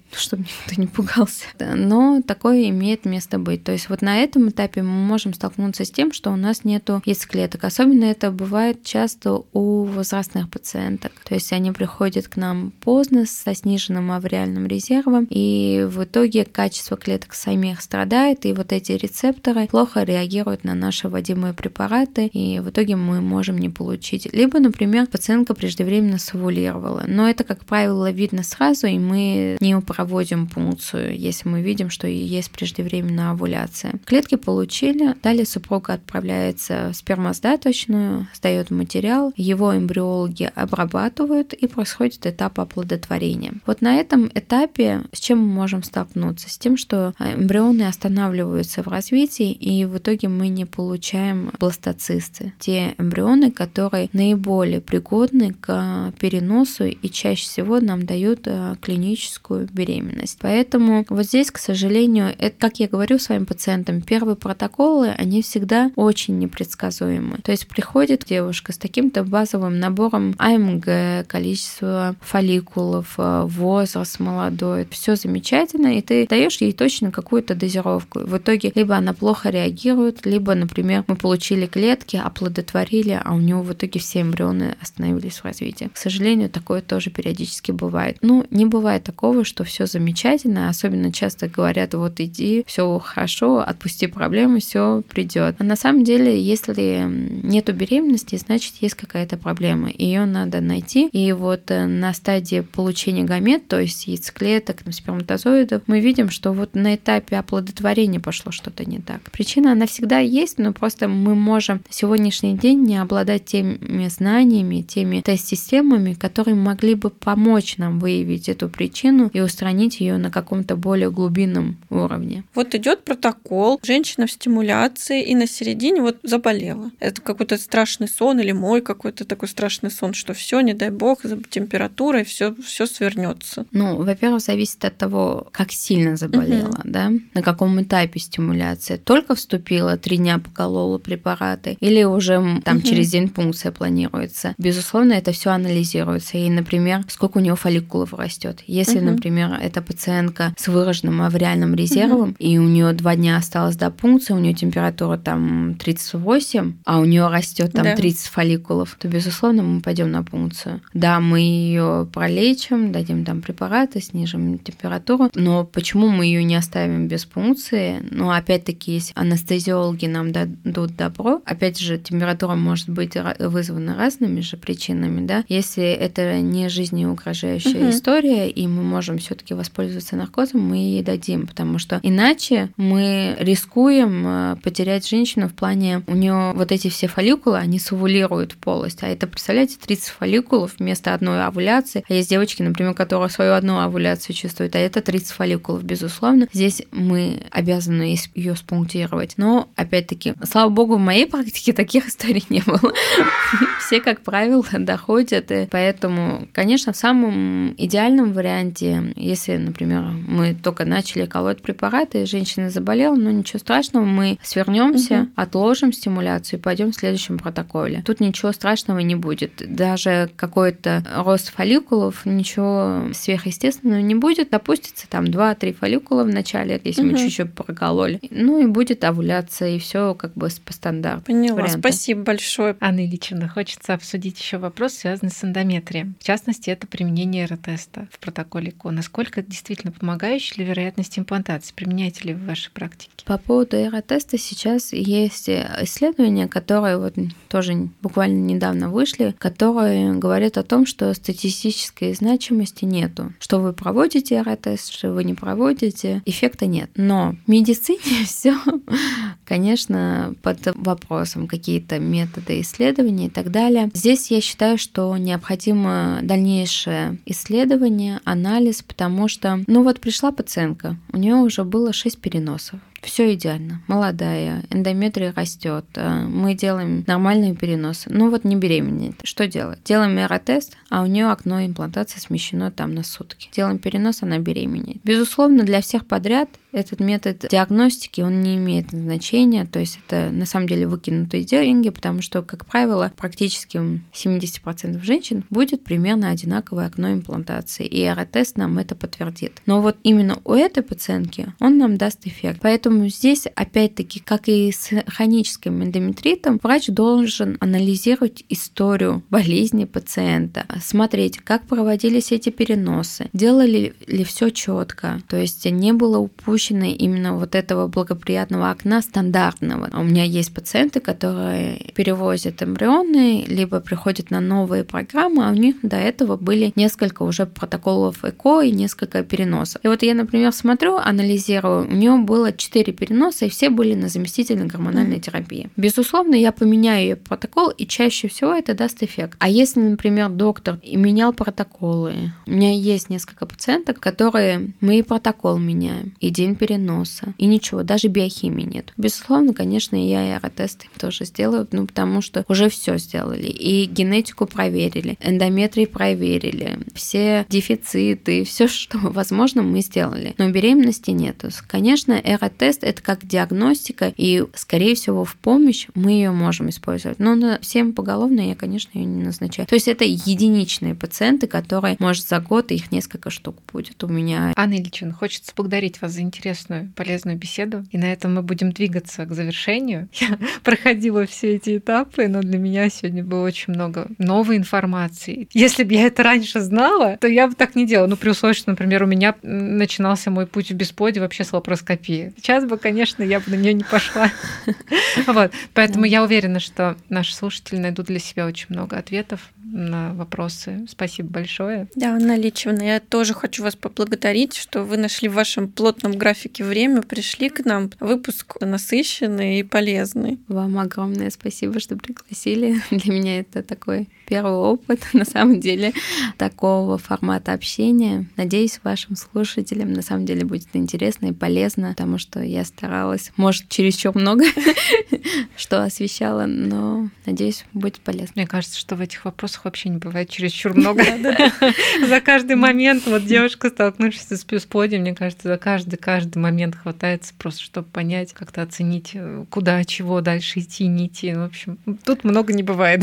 чтобы никто не пугался. Но такое имеет место быть. То есть вот на этом этапе мы можем столкнуться с тем, что у нас нету яйцеклеток. Особенно это бывает часто у возрастных пациенток. То есть они приходят к нам поздно, со сниженным авариальным резервом, и в итоге качество клеток самих страдает, и вот эти рецепторы плохо реагируют на наши вводимые препараты, и в итоге мы можем не получить. Либо, например, пациентка преждевременно совулировала. Но это, как правило, видно сразу, и мы не проводим пункцию, если мы видим, что есть преждевременная овуляция. Клетки получили, далее супруга отправляется в спермосдаточную, сдает материал, его эмбриологи обрабатывают, и происходит этап оплодотворения. Вот на этом этапе с чем мы можем столкнуться? С тем, что эмбрионы останавливаются в развитии, и в итоге мы не получаем бластоцисты. Те эмбрионы, которые наиболее пригодны к переносу и чаще всего нам дают клиническую беременность. Поэтому вот здесь, к сожалению, это, как я говорю своим пациентам, первые протоколы, они всегда очень непредсказуемы. То есть приходит девушка с таким-то базовым набором АМГ, количество фолликулов, возраст молодой, все замечательно, и ты даешь ей точно какую-то дозировку. В итоге либо она плохо реагирует, либо, например, мы получили клетки, оплодотворили, а у него в итоге все эмбрионы остановились в развитии. К сожалению, такое тоже периодически бывает. Не бывает такого, что все замечательно, особенно часто говорят: вот иди, все хорошо, отпусти проблемы, все придет. А на самом деле, если нету беременности, значит, есть какая-то проблема. Ее надо найти. И вот на стадии получения гамет, то есть яйцеклеток, сперматозоидов, мы видим, что вот на этапе оплодотворения пошло что-то не так. Причина, она всегда есть, но просто мы можем в сегодняшний день не обладать теми знаниями, теми тест-системами, которые могли бы помочь нам выявить эту причину и устранить ее на каком-то более глубинном уровне. Вот идет протокол, женщина в стимуляции, и на середине вот заболела. Это какой-то страшный сон или мой какой-то такой страшный сон, что все, не дай бог, температура, и все свернется. Во-первых, зависит от того, как сильно заболела, да, на каком этапе стимуляции. Только вступила, 3 дня поколола препараты, или уже там через день пункция планируется. Безусловно, это все анализируется. И, например, сколько у нее фолликулов растет. Если, например, эта пациентка с выраженным авариальным резервом, и у нее 2 дня осталось до пункции, у нее температура там 38, а у нее растет там 30 фолликулов, то, безусловно, мы пойдем на пункцию. Да, мы ее пролечим, дадим там препараты, снижим температуру, но почему мы ее не оставим без пункции? Опять-таки, если анестезиологи нам дадут добро, опять же, температура может быть вызвана разными же причинами, да. Если это не жизнеугрожающая история, и мы можем все-таки воспользоваться наркозом, мы ей дадим, потому что иначе мы рискуем потерять женщину в плане, у нее вот эти все фолликулы, они совулируют в полость, а это, представляете, 30 фолликулов вместо одной овуляции, а есть девочки, например, которые свою одну овуляцию чувствуют, а это 30 фолликулов, безусловно, здесь мы обязаны ее спунктировать. Но, опять-таки, слава богу, в моей практике таких историй не было. Все, как правило, доходят, и поэтому, конечно, в самом идеальном варианте, если, например, мы только начали колоть препараты, и женщина заболела, ничего страшного, мы свернемся, отложим стимуляцию и пойдем в следующем протоколе. Тут ничего страшного не будет. Даже какой-то рост фолликулов, ничего сверхъестественного не будет. Допустится там 2-3 фолликула в начале, если мы чуть-чуть прокололи. И будет овуляция, и все как бы по стандарту. Поняла. Варианты. Спасибо большое. Анна Ильичевна, хочется обсудить еще вопрос, связанный с эндометрием. В частности, это применение РТ-теста в протоколе ЭКО. Насколько это действительно помогающая ли вероятность имплантации? Применяете ли вы в вашей практике? По поводу РТ-теста сейчас есть исследования, которые вот тоже буквально недавно вышли, которые говорят о том, что статистической значимости нету. Что вы проводите РТ-тест, что вы не проводите, эффекта нет. Но в медицине все, конечно, под вопросом, какие-то методы исследований и так далее. Здесь я считаю, что необходимо дальнейшее исследование, анализ, потому что, пришла пациентка, у нее уже было 6 переносов. все идеально, молодая, эндометрий растет, мы делаем нормальные переносы, ну вот не беременеет. Что делать? Делаем эротест, а у нее окно имплантации смещено там на сутки. Делаем перенос, она беременеет. Безусловно, для всех подряд этот метод диагностики, он не имеет значения, то есть это на самом деле выкинутые деньги, потому что, как правило, практически 70% женщин будет примерно одинаковое окно имплантации, и эротест нам это подтвердит. Но вот именно у этой пациентки он нам даст эффект. Поэтому здесь, опять-таки, как и с хроническим эндометритом, врач должен анализировать историю болезни пациента, смотреть, как проводились эти переносы, делали ли все четко, то есть не было упущено именно вот этого благоприятного окна стандартного. У меня есть пациенты, которые перевозят эмбрионы, либо приходят на новые программы, а у них до этого были несколько уже протоколов ЭКО и несколько переносов. И вот я, например, смотрю, анализирую, у нее было 4 переноса, и все были на заместительной гормональной терапии. Безусловно, я поменяю ее протокол, и чаще всего это даст эффект. А если, например, доктор и менял протоколы, у меня есть несколько пациенток, которые мы и протокол меняем, и день переноса, и ничего, даже биохимии нет. Безусловно, конечно, я эротесты тоже сделаю, потому что уже все сделали, и генетику проверили, эндометрий проверили, все дефициты, все, что возможно, мы сделали. Но беременности нет. Конечно, эротест — это как диагностика, и, скорее всего, в помощь мы ее можем использовать. Но всем поголовно я, конечно, ее не назначаю. То есть это единичные пациенты, которые, может, за год их несколько штук будет у меня. Анна Ильичевна, хочется поблагодарить вас за интересную, полезную беседу. И на этом мы будем двигаться к завершению. Я проходила все эти этапы, но для меня сегодня было очень много новой информации. Если бы я это раньше знала, то я бы так не делала. При условии, что, например, у меня начинался мой путь в бесплодие вообще с лапароскопии. Сейчас бы, конечно, я бы на нее не пошла. Поэтому я уверена, что наши слушатели найдут для себя очень много ответов на вопросы. Спасибо большое. Да, Анна Ильичевна, я тоже хочу вас поблагодарить, что вы нашли в вашем плотном графике время, пришли к нам. Выпуск насыщенный и полезный. Вам огромное спасибо, что пригласили. Для меня это такой первый опыт, на самом деле, такого формата общения. Надеюсь, вашим слушателям на самом деле будет интересно и полезно, потому что я старалась, может, чересчур много, что освещала, но, надеюсь, будет полезно. Мне кажется, что в этих вопросах вообще не бывает чересчур много. За каждый момент, вот девушка, столкнувшись с бесплодием, мне кажется, за каждый момент хватается просто, чтобы понять, как-то оценить, куда, чего дальше идти, не идти. В общем, тут много не бывает.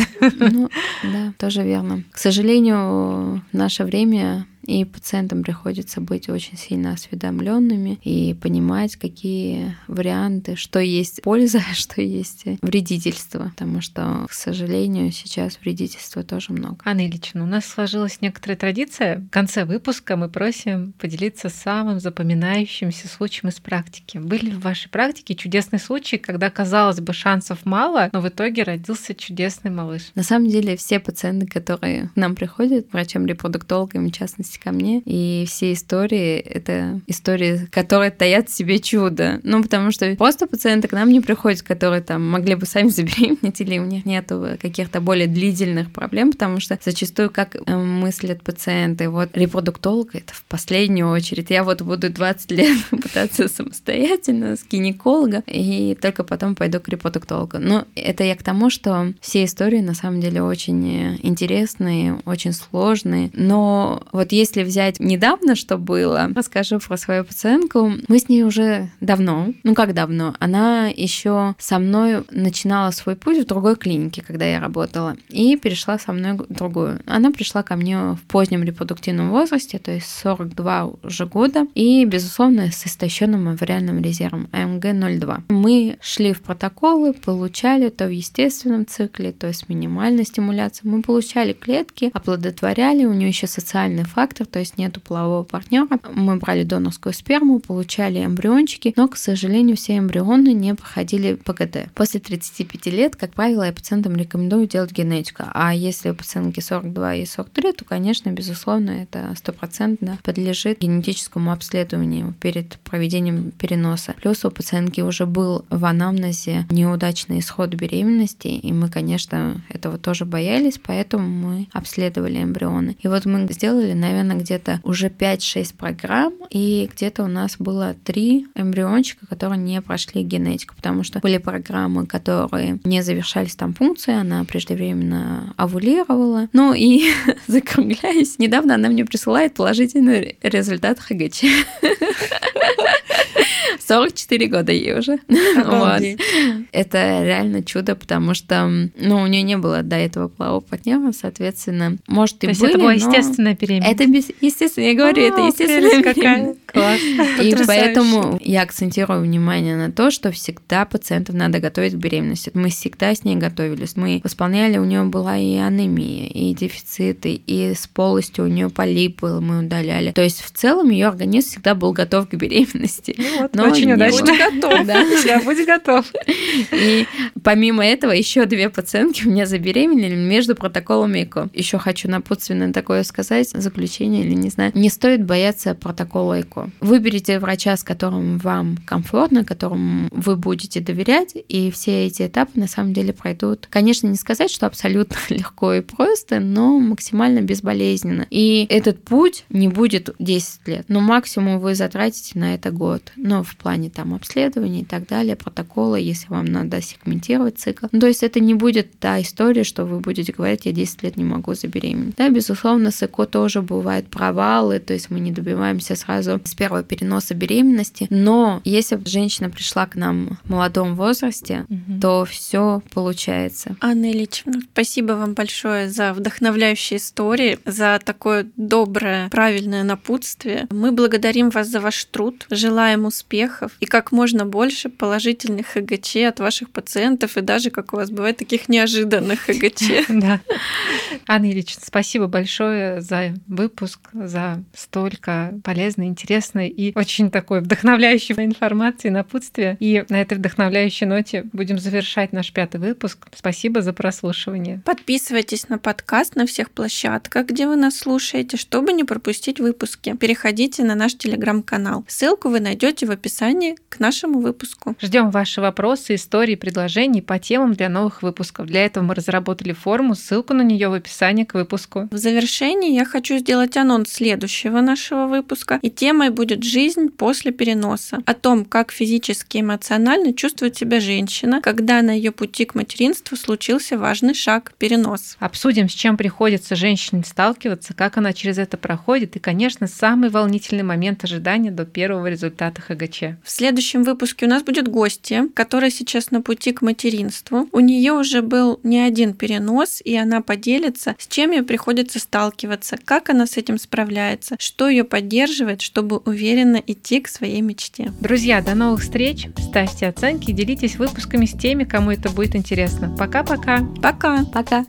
Да, тоже верно. К сожалению, в наше время и пациентам приходится быть очень сильно осведомленными и понимать, какие варианты, что есть польза, что есть вредительство, потому что, к сожалению, сейчас вредительства тоже много. Анна Ильичевна, у нас сложилась некоторая традиция. В конце выпуска мы просим поделиться самым запоминающимся случаем из практики. Были ли в вашей практике чудесные случаи, когда, казалось бы, шансов мало, но в итоге родился чудесный малыш? На самом деле, все пациенты, которые к нам приходят, врачам-репродуктологам, в частности, ко мне, и все истории — это истории, которые таят в себе чудо. Потому что просто пациенты к нам не приходят, которые там могли бы сами забеременеть, или у них нет каких-то более длительных проблем, потому что зачастую как мыслят пациенты, вот репродуктолог — это в последнюю очередь. Я вот буду 20 лет пытаться самостоятельно с гинеколога, и только потом пойду к репродуктологу. Но это я к тому, что все истории на самом деле очень интересные, очень сложные. Но вот если взять недавно, что было, расскажу про свою пациентку. Мы с ней уже давно, как давно, она еще со мной начинала свой путь в другой клинике, когда я работала, и перешла со мной в другую. Она пришла ко мне в позднем репродуктивном возрасте, то есть 42 уже года, и, безусловно, с истощенным овариальным резервом АМГ-02. Мы шли в протоколы, получали то в естественном цикле, то есть с минимальной стимуляцией. Мы получали клетки, оплодотворяли, у нее еще социальный фактор, то есть нету полового партнера. Мы брали донорскую сперму, получали эмбриончики, но, к сожалению, все эмбрионы не проходили ПГД. После 35 лет, как правило, я пациентам рекомендую делать генетику. А если у пациентки 42 и 43, то, конечно, безусловно, это 100% подлежит генетическому обследованию перед проведением переноса. Плюс у пациентки уже был в анамнезе неудачный исход беременности, и мы, конечно, этого тоже боялись, поэтому мы обследовали эмбрионы. И вот мы сделали, наверное, наверное, где-то уже 5-6 программ, и где-то у нас было 3 эмбриончика, которые не прошли генетику, потому что были программы, которые не завершались там функции, она преждевременно овулировала. Ну и закругляюсь, недавно она мне присылает положительный результат ХГЧ. 44 года ей уже. Вот. Это реально чудо, потому что у нее не было до этого полового партнера, соответственно, может и были. То есть это была естественная беременность? Это естественно, я говорю, это естественная беременность. Класс. И поэтому я акцентирую внимание на то, что всегда пациентов надо готовить к беременности. Мы всегда с ней готовились. Мы восполняли, у нее была и анемия, и дефициты, и с полостью у нее полип был, мы удаляли. То есть в целом ее организм всегда был готов к беременности. Но очень удачно. Будь готов. Да, будь готов. И помимо этого еще 2 пациентки у меня забеременели между протоколами ЭКО. Еще хочу напутственно такое сказать, заключение или не знаю. Не стоит бояться протокола ЭКО. Выберите врача, с которым вам комфортно, которому вы будете доверять, и все эти этапы на самом деле пройдут. Конечно, не сказать, что абсолютно легко и просто, но максимально безболезненно. И этот путь не будет 10 лет, но максимум вы затратите на это год. Но в плане там обследований и так далее, протокола, если вам надо сегментировать цикл. То есть это не будет та история, что вы будете говорить, я 10 лет не могу забеременеть. Да, безусловно, с ЭКО тоже бывают провалы, то есть мы не добиваемся сразу с первого переноса беременности, но если женщина пришла к нам в молодом возрасте, то все получается. Анна Ильичевна, спасибо вам большое за вдохновляющие истории, за такое доброе, правильное напутствие. Мы благодарим вас за ваш труд, желаем успехов и как можно больше положительных ХГЧ от ваших пациентов, и даже, как у вас бывает, таких неожиданных ХГЧ. Да. Анна Ильичевна, спасибо большое за выпуск, за столько полезной, интересной и очень такой вдохновляющей информации, напутствия. И на этой вдохновляющей ноте будем завершать наш 5-й выпуск. Спасибо за прослушивание. Подписывайтесь на подкаст на всех площадках, где вы нас слушаете, чтобы не пропустить выпуски. Переходите на наш телеграм-канал. Ссылку вы найдете в описании к нашему выпуску. Ждем ваши вопросы, истории, предложений по темам для новых выпусков. Для этого мы разработали форму, ссылку на нее в описании к выпуску. В завершении я хочу сделать анонс следующего нашего выпуска, и темой будет «Жизнь после переноса». О том, как физически и эмоционально чувствует себя женщина, когда на ее пути к материнству случился важный шаг – перенос. Обсудим, с чем приходится женщине сталкиваться, как она через это проходит, и, конечно, самый волнительный момент ожидания до первого результата ХГЧ. В следующем выпуске у нас будет гостья, которая сейчас на пути к материнству. У нее уже был не один перенос, и она поделится, с чем ей приходится сталкиваться, как она с этим справляется, что ее поддерживает, чтобы уверенно идти к своей мечте. Друзья, до новых встреч! Ставьте оценки и делитесь выпусками с теми, кому это будет интересно. Пока-пока! Пока! Пока!